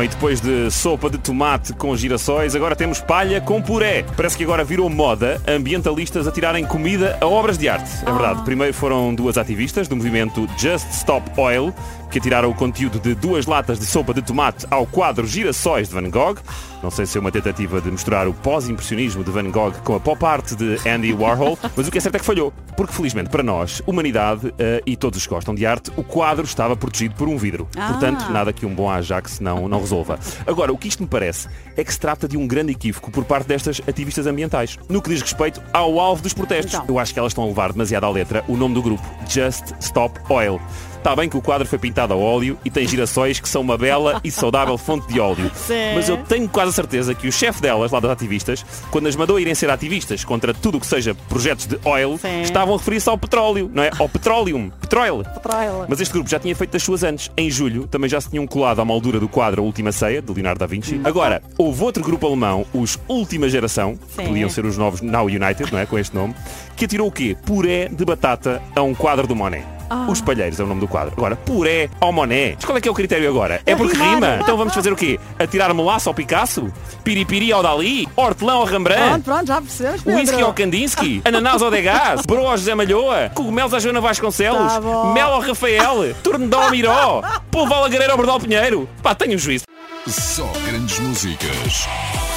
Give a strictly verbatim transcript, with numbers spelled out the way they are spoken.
Bom, e depois de sopa de tomate com girassóis, agora temos palha com puré. Parece que agora virou moda ambientalistas a tirarem comida a obras de arte. É verdade. Primeiro foram duas ativistas do movimento Just Stop Oil, que atiraram o conteúdo de duas latas de sopa de tomate ao quadro Girassóis de Van Gogh. Não sei se é uma tentativa de misturar o pós-impressionismo de Van Gogh com a pop art de Andy Warhol, mas o que é certo é que falhou. Porque, felizmente para nós, humanidade uh, e todos os que gostam de arte, o quadro estava protegido por um vidro. Ah. Portanto, nada que um bom Ajax não, não resolva. Agora, o que isto me parece é que se trata de um grande equívoco por parte destas ativistas ambientais, no que diz respeito ao alvo dos protestos. Então. Eu acho que elas estão a levar demasiado à letra o nome do grupo, Just Stop Oil. Está bem que o quadro foi pintado a óleo e tem girassóis que são uma bela e saudável fonte de óleo. Sim. Mas eu tenho quase a certeza que o chefe delas, lá das ativistas, quando as mandou irem ser ativistas contra tudo o que seja projetos de oil, Sim. estavam a referir-se ao petróleo, não é? Ao petroleum. Petróleo. Petróleo. Mas este grupo já tinha feito das suas antes. Em julho, também já se tinham colado à moldura do quadro A Última Ceia, de Leonardo da Vinci. Agora, houve outro grupo alemão, os Última Geração, que Sim. podiam ser os novos Now United, não é? Com este nome, que atirou o quê? Puré de batata a um quadro do Monet. Os Palheiros é o nome do quadro. Agora, puré ao Monet. Mas qual é que é o critério agora? É porque rimar. rima? Então vamos fazer o quê? Atirar melaço ao Picasso? Piripiri ao Dali? Hortelã ao Rembrandt? Pronto, pronto, já percebemos, Pedro. Whisky ao Kandinsky? Ananás ao Degas? Bro ao José Malhoa? Cogumelos à Joana Vasconcelos? Tá bom. Mel ao Rafael? Tornedó ao Miró? Polvo ao Lagareiro ao Bordal Pinheiro? Pá, tenho um juízo. Só grandes músicas.